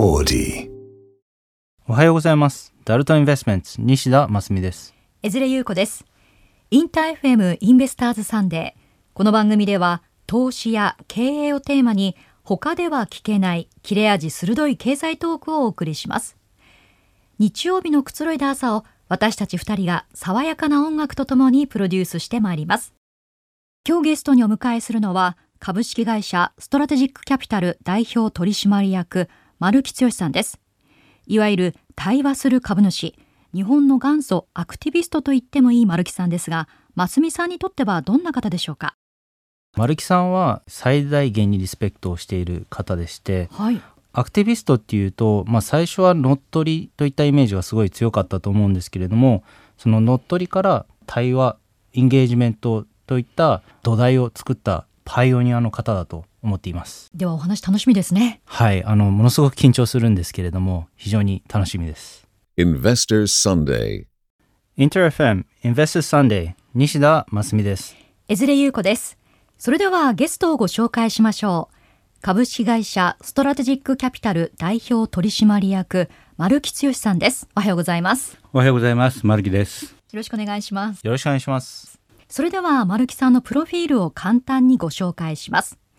Audi。 おはようございます。ダルトインベストメント西田真澄です。 江連優子です。インター FM インベスターズサンデー。この番組では投資や経営をテーマに他では聞けない切れ味鋭い経済トークをお送りします。日曜日のくつろいだ朝を私たち2人が爽やかな音楽とともにプロデュースしてまいります。今日ゲストにお迎えするのは株式会社ストラテジックキャピタル代表取締役丸木剛さんです。いわゆる対話する株主、日本の元祖アクティビストと言ってもいい丸木さんですが、真澄さんにとってはどんな方でしょうか？ 丸木さんは最大限にリスペクトをしている方でして、 はい、 アクティビストっていうと、最初は乗っ取りといったイメージがすごい強かったと思うんですけれども、その乗っ取りから対話、インゲージメントといった土台を作ったパイオニアの方だと思っています。 ではお話楽しみですね。 はい、ものすごく緊張するんですけれども、非常に楽しみです。 Investors Sunday。 インター FM Investors Sunday 西田真澄です。 江連優子です。それではゲストをご紹介しましょう。株式会社ストラテジックキャピタル代表取締役丸木剛さんです。おはようございます。 おはようございます。丸木です。 よろしくお願いします。 よろしくお願いします。 それでは丸木さんのプロフィールを簡単にご紹介します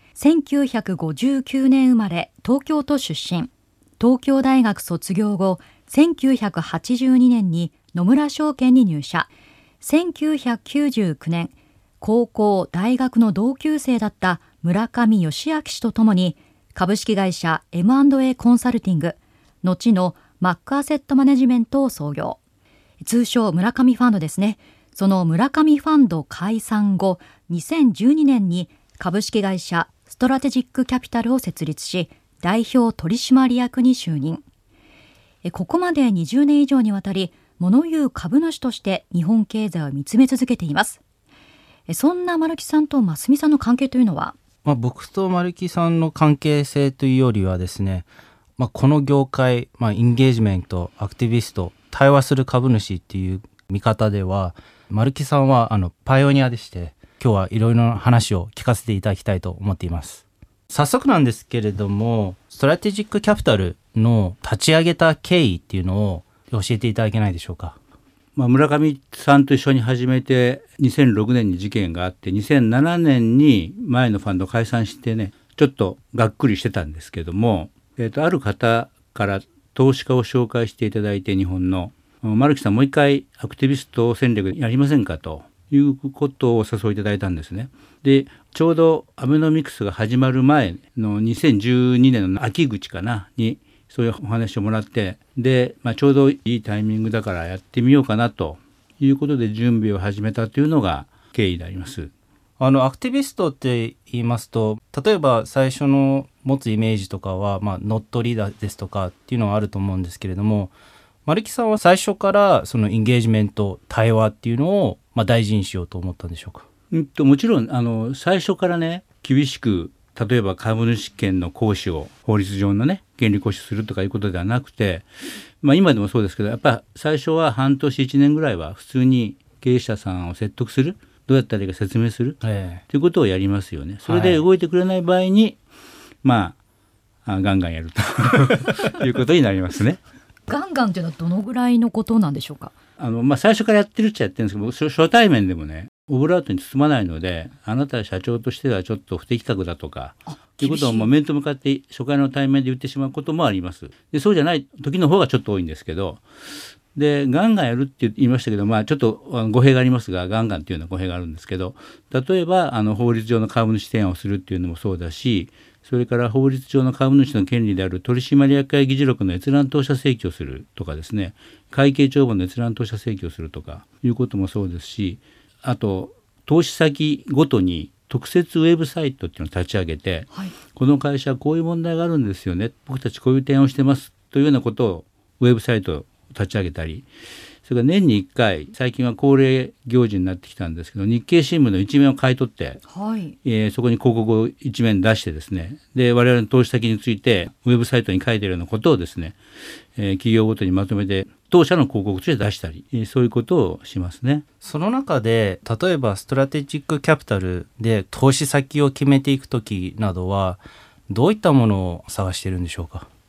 。1959年生まれ、東京都出身。東京大学卒業後、1982年に野村証券に入社。1999年、高校、大学の同級生だった村上義明氏とともに株式会社 M&A コンサルティング、後のマックアセットマネジメントを創業。通称村上ファンドですね。その村上ファンド解散後、2012年に株式会社ストラテジックキャピタルを設立し、代表取締役に就任。ここまで20年以上にわたり、物言う株主として日本経済を見つめ続けています。そんな丸木さんと真澄さんの関係というのは？ 僕と丸木さんの関係性というよりはですね、この業界、インゲージメント、アクティビスト、対話する株主っていう見方では、丸木さんはパイオニアでして、今日はいろいろな話を聞かせていただきたいと思っています。早速なんですけれども、ストラテジックキャピタルの立ち上げた経緯っていうのを教えていただけないでしょうか？ 村上さんと一緒に始めて2006年に事件があって、2007年に前のファンド解散してね、ちょっとがっくりしてたんですけども、ある方から投資家を紹介していただいて、日本の丸木さんもう一回アクティビスト戦略やりませんかということをお誘いいただいたんですね。で、ちょうどアベノミクスが始まる前の2012年の秋口かなにそういうお話をもらって、で、ちょうどいいタイミングだからやってみようかなということで準備を始めたというのが経緯であります。 アクティビストって言いますと、例えば最初の持つイメージとかは、乗っ取りですとかっていうのはあると思うんですけれども、丸木さんは最初からそのインゲージメント、対話っていうのを大事にしようと思ったんでしょうか？ もちろん最初からね、厳しく例えば株主権の行使を法律上のね権利行使するとかいうことではなくて、今でもそうですけど、やっぱ最初は半年1年ぐらいは普通に経営者さんを説得する、どうやったらいいか説明するということをやりますよね。それで動いてくれない場合に、ガンガンやるということになりますね。 ガンガンというのはどのぐらいのことなんでしょうか？ 最初からやってるっちゃやってるんですけど、初対面でもね、オブラートに包まないので、あなた社長としてはちょっと不適格だとかということを面と向かって初回の対面で言ってしまうこともあります。で、そうじゃない時の方がちょっと多いんですけど、でガンガンやるって言いましたけど、ちょっと語弊がありますが、ガンガンっていうのは語弊があるんですけど、例えば法律上の株主提案をするっていうのもそうだし、それから法律上の株主の権利である取締役会議事録の閲覧当社請求するとかですね、会計帳簿の閲覧当社請求するとかいうこともそうですし、あと投資先ごとに特設ウェブサイトっていうのを立ち上げて、この会社はこういう問題があるんですよね、僕たちこういう提案をしてますというようなことをウェブサイトを立ち上げたり、それから年に1回、最近は恒例行事になってきたんですけど、日経新聞の一面を買い取って、そこに広告を一面出してですね、で我々の投資先についてウェブサイトに書いているようなことをですね、企業ごとにまとめて当社の広告として出したり、そういうことをしますね。 その中で例えばストラテジックキャピタルで投資先を決めていくときなどはどういったものを探しているんでしょうか？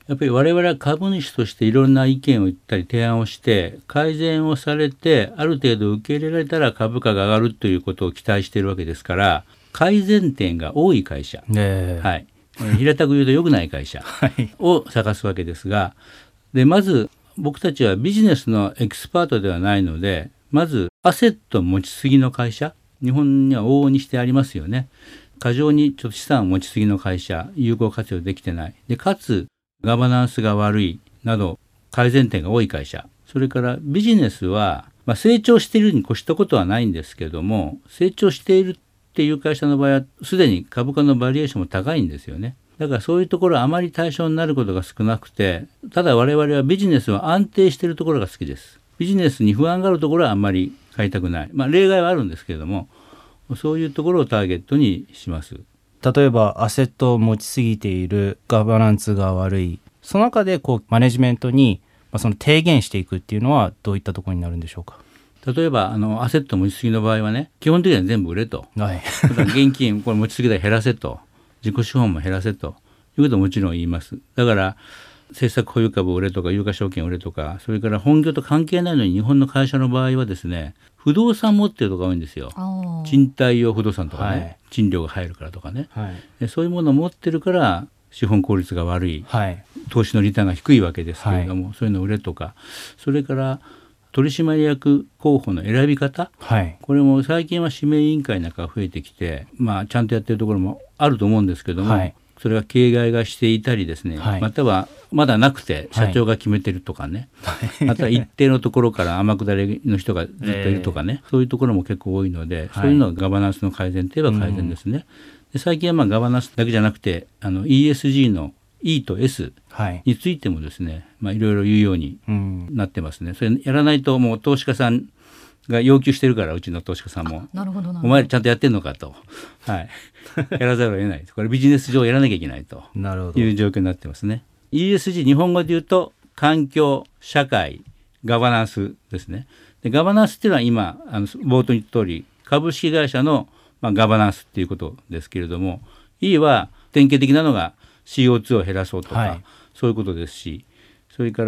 やっぱり我々は株主としていろんな意見を言ったり提案をして改善をされてある程度受け入れられたら株価が上がるということを期待しているわけですから、改善点が多い会社、はい、平たく言うと良くない会社を探すわけですが、でまず僕たちはビジネスのエキスパートではないので、まずアセット持ちすぎの会社、日本には往々にしてありますよね。過剰にちょっと資産を持ちすぎの会社、有効活用できてない。でかつガバナンスが悪いなど改善点が多い会社。それからビジネスは、成長しているに越したことはないんですけども、成長しているっていう会社の場合はすでに株価のバリエーションも高いんですよね。だからそういうところはあまり対象になることが少なくて、ただ我々はビジネスは安定しているところが好きです。ビジネスに不安があるところはあんまり買いたくない。例外はあるんですけれども、そういうところをターゲットにします。 例えばアセットを持ちすぎている、ガバナンスが悪い、その中でマネジメントにその提言していくっていうのはどういったところになるんでしょうか。 例えばアセット持ちすぎの場合はね、基本的には全部売れと、はい、現金これ持ちすぎだ減らせと、自己資本も減らせということをもちろん言います。だから政策保有株を売れとか有価証券を売れとか、それから本業と関係ないのに日本の会社の場合はですね、不動産持ってるところが多いんですよ。賃貸用不動産とかね、はい、賃料が入るからとかね、はい、そういうものを持ってるから資本効率が悪い、はい、投資のリターンが低いわけですけれども、はい、そういうのを売れとか、それから取締役候補の選び方、はい、これも最近は指名委員会なんかが増えてきて、ちゃんとやってるところもあると思うんですけども、はい、それは形骸がしていたりですね、はい、またはまだなくて社長が決めてるとかね、はい、または一定のところから天下りの人がずっといるとかね、そういうところも結構多いので、そういうのはガバナンスの改善といえば改善ですね。で最近はガバナンスだけじゃなくてESG の E と S についてもですね、いろいろ言うようになってますね。それやらないともう投資家さんが要求してるから、うちの投資家さんもお前らちゃんとやってんのかと、はい、やらざるを得ない、これビジネス上やらなきゃいけないという状況になってますね。ESG 日本語で言うと環境、社会、ガバナンスですね。でガバナンスっていうのは今冒頭に言った通り株式会社のガバナンスっていうことですけれども、 E は典型的なのが CO2 を減らそうとか、はい、そういうことですし、それから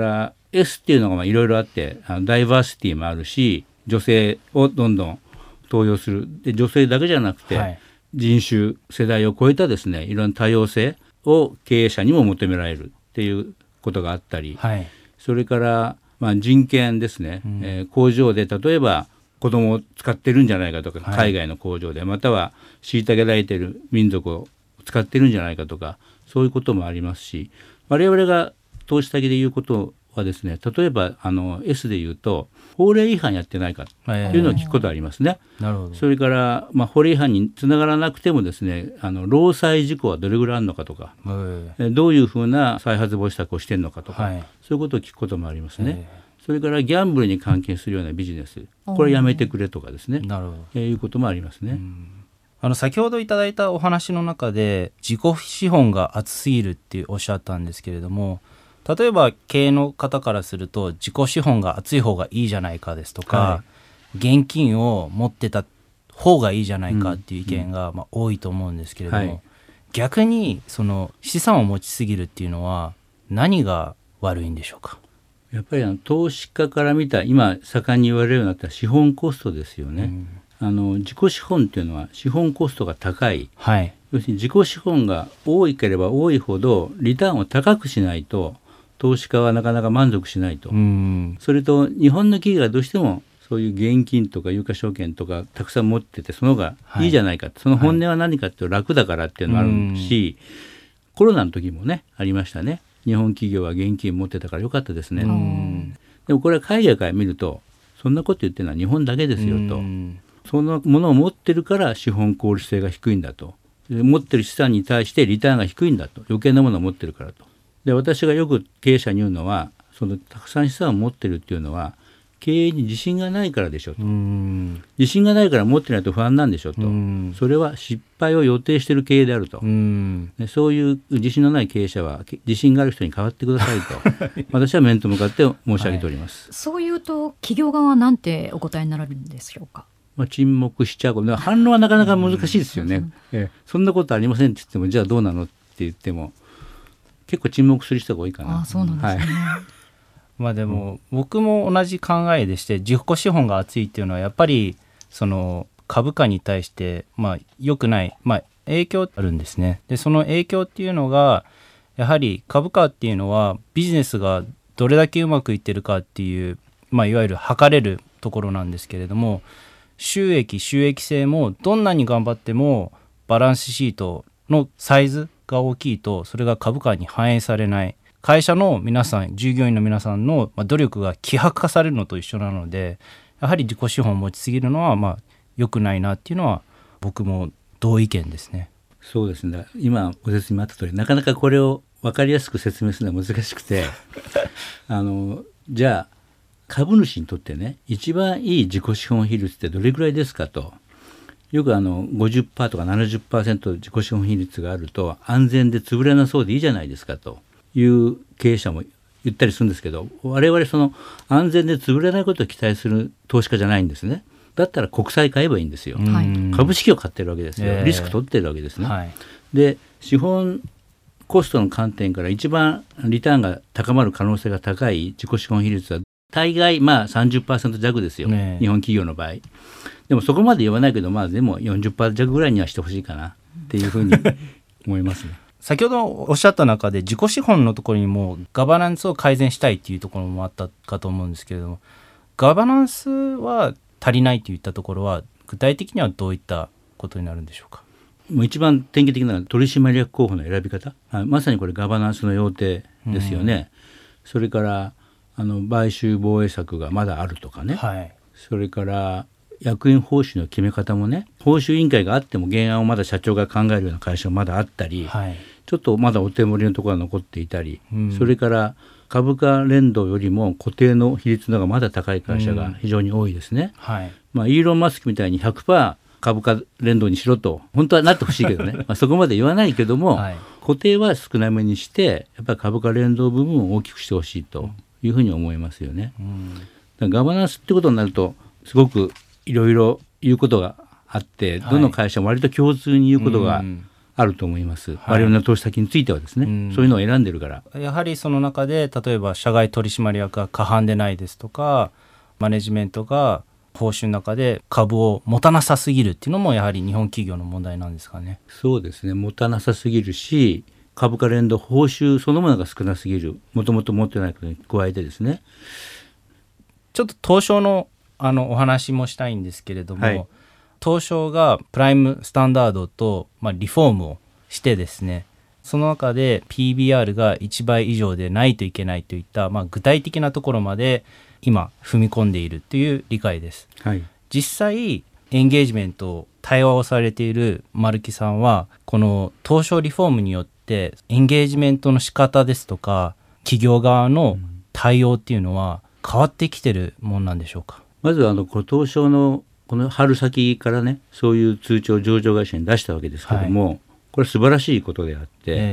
S っていうのがいろいろあって、ダイバーシティもあるし、女性をどんどん登用する。で女性だけじゃなくて、はい、人種世代を超えたですね、いろんな多様性を経営者にも求められるっていうことがあったり、はい、それから人権ですね、工場で例えば子供を使ってるんじゃないかとか、海外の工場で、または虐げられている民族を使ってるんじゃないかとか、そういうこともありますし、我々が投資先で言うことはですね、例えばS で言うと法令違反やってないかというのを聞くことありますね。なるほど。それから、法令違反につながらなくてもですね、労災事故はどれぐらいあるのかとか、どういうふうな再発防止策をしているのかとか、そういうことを聞くこともありますね。それからギャンブルに関係するようなビジネス、これやめてくれとかですね、なるほど、いうこともありますね。 先ほどいただいたお話の中で自己資本が厚すぎるっておっしゃったんですけれども、例えば経営の方からすると自己資本が厚い方がいいじゃないかですとか、はい、現金を持ってた方がいいじゃないかっていう意見が多いと思うんですけれども、はい、逆にその資産を持ちすぎるっていうのは何が悪いんでしょうか。 やっぱり投資家から見た今盛んに言われるようになった資本コストですよね。自己資本っていうのは資本コストが高い、はい、要するに自己資本が多ければ多いほどリターンを高くしないと投資家はなかなか満足しないと。それと日本の企業はどうしてもそういう現金とか有価証券とかたくさん持っててその方がいいじゃないか、はい、その本音は何かっていうと楽だからっていうのもあるし、コロナの時もねありましたね。日本企業は現金持ってたからよかったですね。でもこれは海外から見るとそんなこと言ってるのは日本だけですよと。そのものを持ってるから資本効率性が低いんだと。持ってる資産に対してリターンが低いんだと。余計なものを持ってるからと。で私がよく経営者に言うのは、そのたくさん資産を持ってるっていうのは経営に自信がないからでしょと。自信がないから持ってないと不安なんでしょと。それは失敗を予定している経営であると。でそういう自信のない経営者は自信がある人に変わってくださいと私は面と向かって申し上げております、 はい、そういうと企業側は何てお答えになられるんでしょうか。 沈黙しちゃう。反論はなかなか難しいですよね。そんなことありませんって言っても、じゃあどうなのって言っても結構沈黙する人が多いかな。 そうなんですね。 まあでも僕も同じ考えでして、自己資本が厚いっていうのはやっぱりその株価に対して良くない、影響あるんですね。でその影響っていうのがやはり株価っていうのはビジネスがどれだけうまくいってるかっていう、いわゆる測れるところなんですけれども、収益性もどんなに頑張ってもバランスシートのサイズが大きいとそれが株価に反映されない。会社の皆さん、従業員の皆さんの努力が希薄化されるのと一緒なので、やはり自己資本を持ちすぎるのは良くないなっていうのは僕も同意見ですね。 そうですね。今ご説明あった通り、なかなかこれを分かりやすく説明するのは難しくてじゃあ株主にとってね、一番いい自己資本比率ってどれぐらいですかと。よく50% とか 70% 自己資本比率があると安全で潰れなそうでいいじゃないですかという経営者も言ったりするんですけど、我々その安全で潰れないことを期待する投資家じゃないんですね。だったら国債買えばいいんですよ。株式を買ってるわけですよ。リスク取ってるわけですね。で資本コストの観点から一番リターンが高まる可能性が高い自己資本比率は大概30% 弱ですよ、日本企業の場合。でもそこまで言わないけど、でも 40% 弱ぐらいにはしてほしいかなっていうふうに思いますね。 先ほどおっしゃった中で自己資本のところにもガバナンスを改善したいっていうところもあったかと思うんですけれども、ガバナンスは足りないといったところは具体的にはどういったことになるんでしょうか。 もう一番典型的なのは取締役候補の選び方、まさにこれガバナンスの要諦ですよね。それから買収防衛策がまだあるとかね、それから役員報酬の決め方もね、報酬委員会があっても原案をまだ社長が考えるような会社もまだあったり、ちょっとまだお手盛りのところが残っていたり、それから株価連動よりも固定の比率の方がまだ高い会社が非常に多いですね。イーロン・マスクみたいに 100% 株価連動にしろと本当はなってほしいけどねそこまで言わないけども、固定は少なめにしてやっぱり株価連動部分を大きくしてほしいというふうに思いますよね。だからガバナンスってことになるとすごくいろいろ言うことがあって、どの会社も割と共通に言うことがあると思います。我々の投資先についてはですね、そういうのを選んでるから。 やはりその中で例えば社外取締役が過半でないですとか、マネジメントが報酬の中で株を持たなさすぎるっていうのもやはり日本企業の問題なんですかね。 そうですね、持たなさすぎるし、株価連動報酬そのものが少なすぎる、もともと持ってないことに加えてですね。 ちょっと東証のお話もしたいんですけれども、東証がプライムスタンダードと、リフォームをしてですね、その中で PBR が1倍以上でないといけないといった、具体的なところまで今踏み込んでいるという理解です。実際エンゲージメント対話をされている丸木さんは、この東証リフォームによってエンゲージメントの仕方ですとか企業側の対応っていうのは変わってきてるもんなんでしょうか。 まずこの東証のこの春先からね、そういう通知を上場会社に出したわけですけども、これ素晴らしいことであって、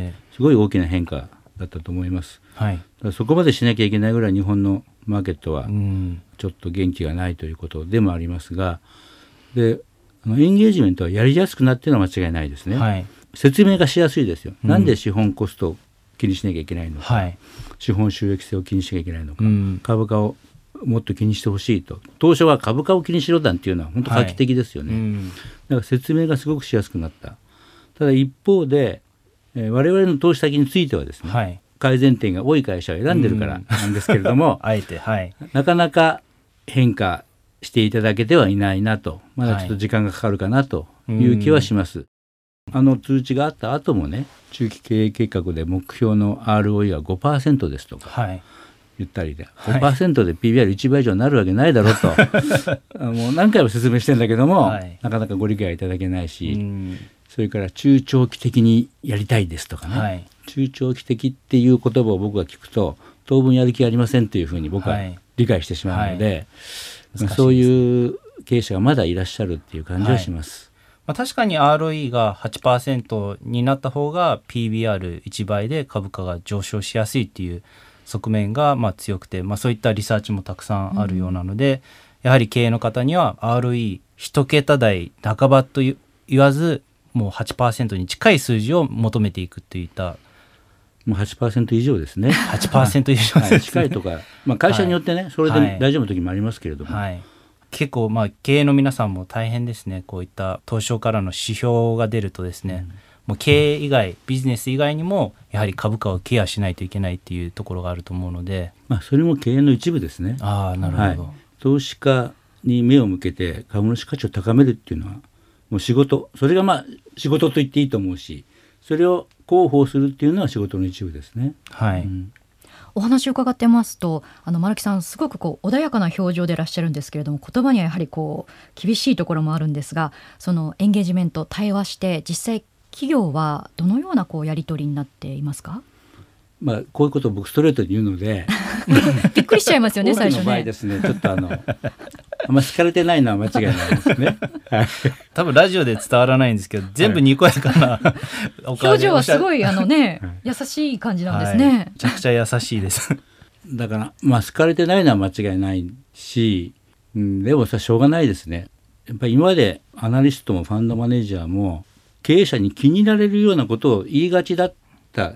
すごい大きな変化だったと思います。だからそこまでしなきゃいけないぐらい日本のマーケットはちょっと元気がないということでもありますが、でエンゲージメントはやりやすくなっているのは間違いないですね。説明がしやすいですよ。なんで資本コストを気にしなきゃいけないのか、資本収益性を気にしなきゃいけないのか、株価をもっと気にしてほしいと。当初は株価を気にしろなんていうのは本当画期的ですよね。だから説明がすごくしやすくなった。ただ一方で、我々の投資先についてはですね、改善点が多い会社を選んでるからなんですけれども、 あえて、 なかなか変化していただけてはいないなと、まだちょっと時間がかかるかなという気はします。通知があった後もね、中期経営計画で目標の ROE は 5% ですとか、言ったりで、5% で PBR1 倍以上になるわけないだろうともう何回も説明してるんだけども、なかなかご理解いただけないし、それから中長期的にやりたいですとかね、中長期的っていう言葉を僕が聞くと当分やる気ありませんというふうに僕は理解してしまうので、そういう経営者がまだいらっしゃるっていう感じはします。 確かに ROE が 8% になった方が PBR1 倍で株価が上昇しやすいっていう側面が強くて、そういったリサーチもたくさんあるようなので、やはり経営の方には ROE1 桁台半ばと言わず、もう 8% に近い数字を求めていくといったもう 8% 以上ですね。 8% 以上です、ね、 近いとか、会社によってね、それで大丈夫な時もありますけれども、 結構経営の皆さんも大変ですね。こういった東証からの指標が出るとですね、もう経営以外、ビジネス以外にもやはり株価をケアしないといけないっていうところがあると思うので、 それも経営の一部ですね。 なるほど、 投資家に目を向けて株主価値を高めるっていうのはもう仕事、それが仕事と言っていいと思うし、それを広報するっていうのは仕事の一部ですね。 お話を伺ってますと、丸木さんすごく穏やかな表情でいらっしゃるんですけれども、言葉にはやはり厳しいところもあるんですが、そのエンゲージメント、対話して実際企業はどのようなやり取りになっていますか？ こういうことを僕ストレートに言うのでびっくりしちゃいますよね最初ね。 多くの場合ですね、ちょっとあんま好かれてないのは間違いないですね。 多分ラジオで伝わらないんですけど、全部にこやかな表情はすごい優しい感じなんですね。 めちゃくちゃ優しいですだから好かれてないのは間違いないし、でもしょうがないですね。やっぱり今までアナリストもファンドマネージャーも経営者に気に入られるようなことを言いがちだった、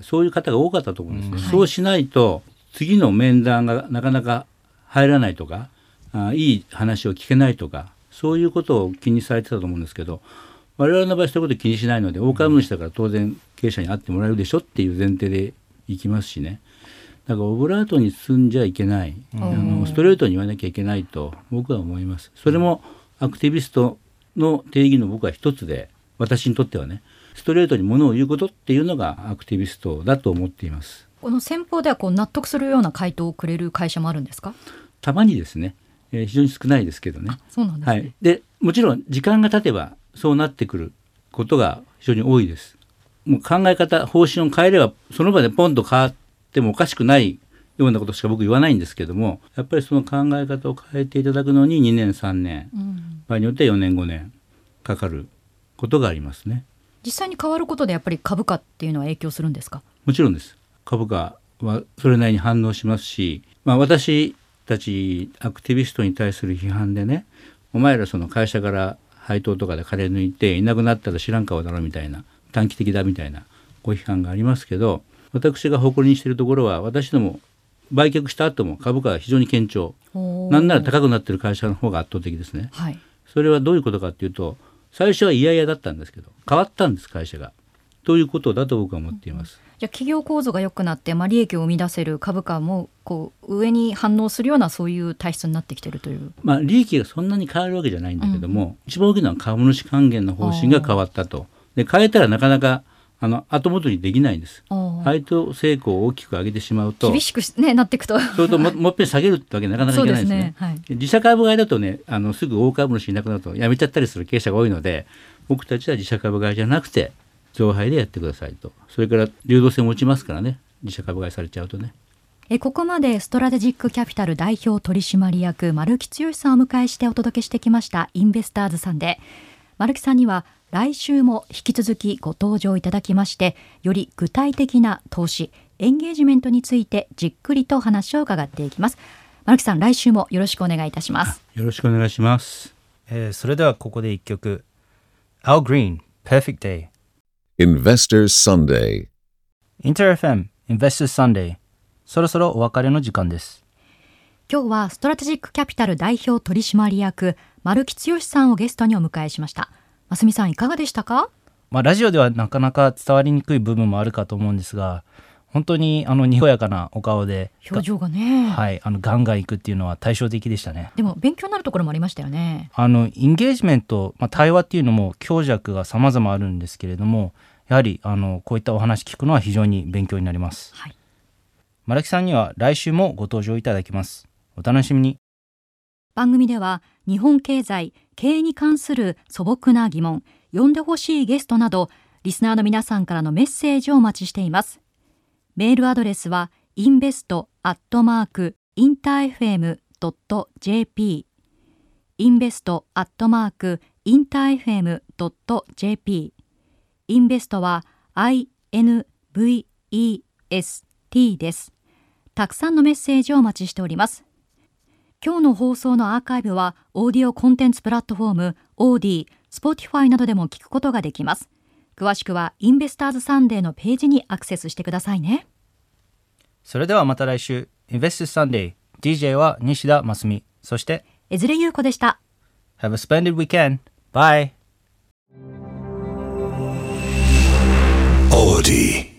そういう方が多かったと思うんですね。そうしないと次の面談がなかなか入らないとか、いい話を聞けないとか、そういうことを気にされてたと思うんですけど、我々の場合そういうこと気にしないので、大株主だから当然経営者に会ってもらえるでしょっていう前提でいきますしね。だからオブラートに包んじゃいけない、ストレートに言わなきゃいけないと僕は思います。それもアクティビストの定義の僕は一つで、私にとってはね、ストレートにものを言うことっていうのがアクティビストだと思っています。 この先方では納得するような回答をくれる会社もあるんですか？ たまにですね、非常に少ないですけどね。 そうなんですね。 でもちろん時間が経てばそうなってくることが非常に多いです。もう考え方、方針を変えればその場でポンと変わってもおかしくないようなことしか僕言わないんですけども、やっぱりその考え方を変えていただくのに2年3年、場合によっては4年5年かかることがありますね。 実際に変わることでやっぱり株価っていうのは影響するんですか？ もちろんです。株価はそれなりに反応しますし、私たちアクティビストに対する批判でね、お前らその会社から配当とかで金抜いていなくなったら知らん顔だろみたいな、短期的だみたいなご批判がありますけど、私が誇りにしているところは、私ども売却した後も株価が非常に堅調、なんなら高くなっている会社の方が圧倒的ですね。それはどういうことかっていうと、最初は嫌々だったんですけど変わったんです、会社が。ということだと僕は思っています。 じゃあ企業構造が良くなって、利益を生み出せる株価も上に反応するような、そういう体質になってきているという。 利益がそんなに変わるわけじゃないんだけども、一番大きいのは株主還元の方針が変わったと。で変えたらなかなか後戻りできないんです。配当成功を大きく上げてしまうと厳しく、なっていくとそれと もっぺん下げるってわけになかなかいけないですね。自社株買いだとね、すぐ大株主いなくなるとやめちゃったりする経営者が多いので、僕たちは自社株買いじゃなくて増配でやってくださいと。それから流動性も落ちますからね、自社株買いされちゃうとね。 ここまでストラテジックキャピタル代表取締役丸木剛さんをお迎えしてお届けしてきましたインベスターズさんで、丸木さんには来週も引き続きご登場いただきまして、より具体的な投資エンゲージメントについてじっくりと話を伺っていきます。丸木さん、来週もよろしくお願いいたします。 よろしくお願いします。 それではここで一曲、 Al Green Perfect Day Investors Sunday インター FM Investors Sunday、 そろそろお別れの時間です。 今日はストラテジックキャピタル代表取締役丸木剛さんをゲストにお迎えしました。ますみさん、いかがでしたか？ ラジオではなかなか伝わりにくい部分もあるかと思うんですが、本当ににこやかなお顔で表情がね、 ガンガンいくっていうのは対照的でしたね。 でも勉強になるところもありましたよね。 インゲージメント、対話っていうのも強弱が様々あるんですけれども、やはりこういったお話聞くのは非常に勉強になります。丸木さんには来週もご登場いただきます。お楽しみに。 番組では日本経済経営に関する素朴な疑問、呼んでほしいゲストなど、リスナーの皆さんからのメッセージをお待ちしています。メールアドレスは invest@interfm.jp invest@interfm.jp インベストは INVEST です。たくさんのメッセージをお待ちしております。今日の放送のアーカイブはオーディオコンテンツプラットフォームオーディ、Spotify などでも聞くことができます。詳しくはインベスターズサンデーのページにアクセスしてくださいね。 それではまた来週。Investors Sunday。DJ は西田真澄。そして江連優子でした。 Have a splendid weekend. Bye. Oldie.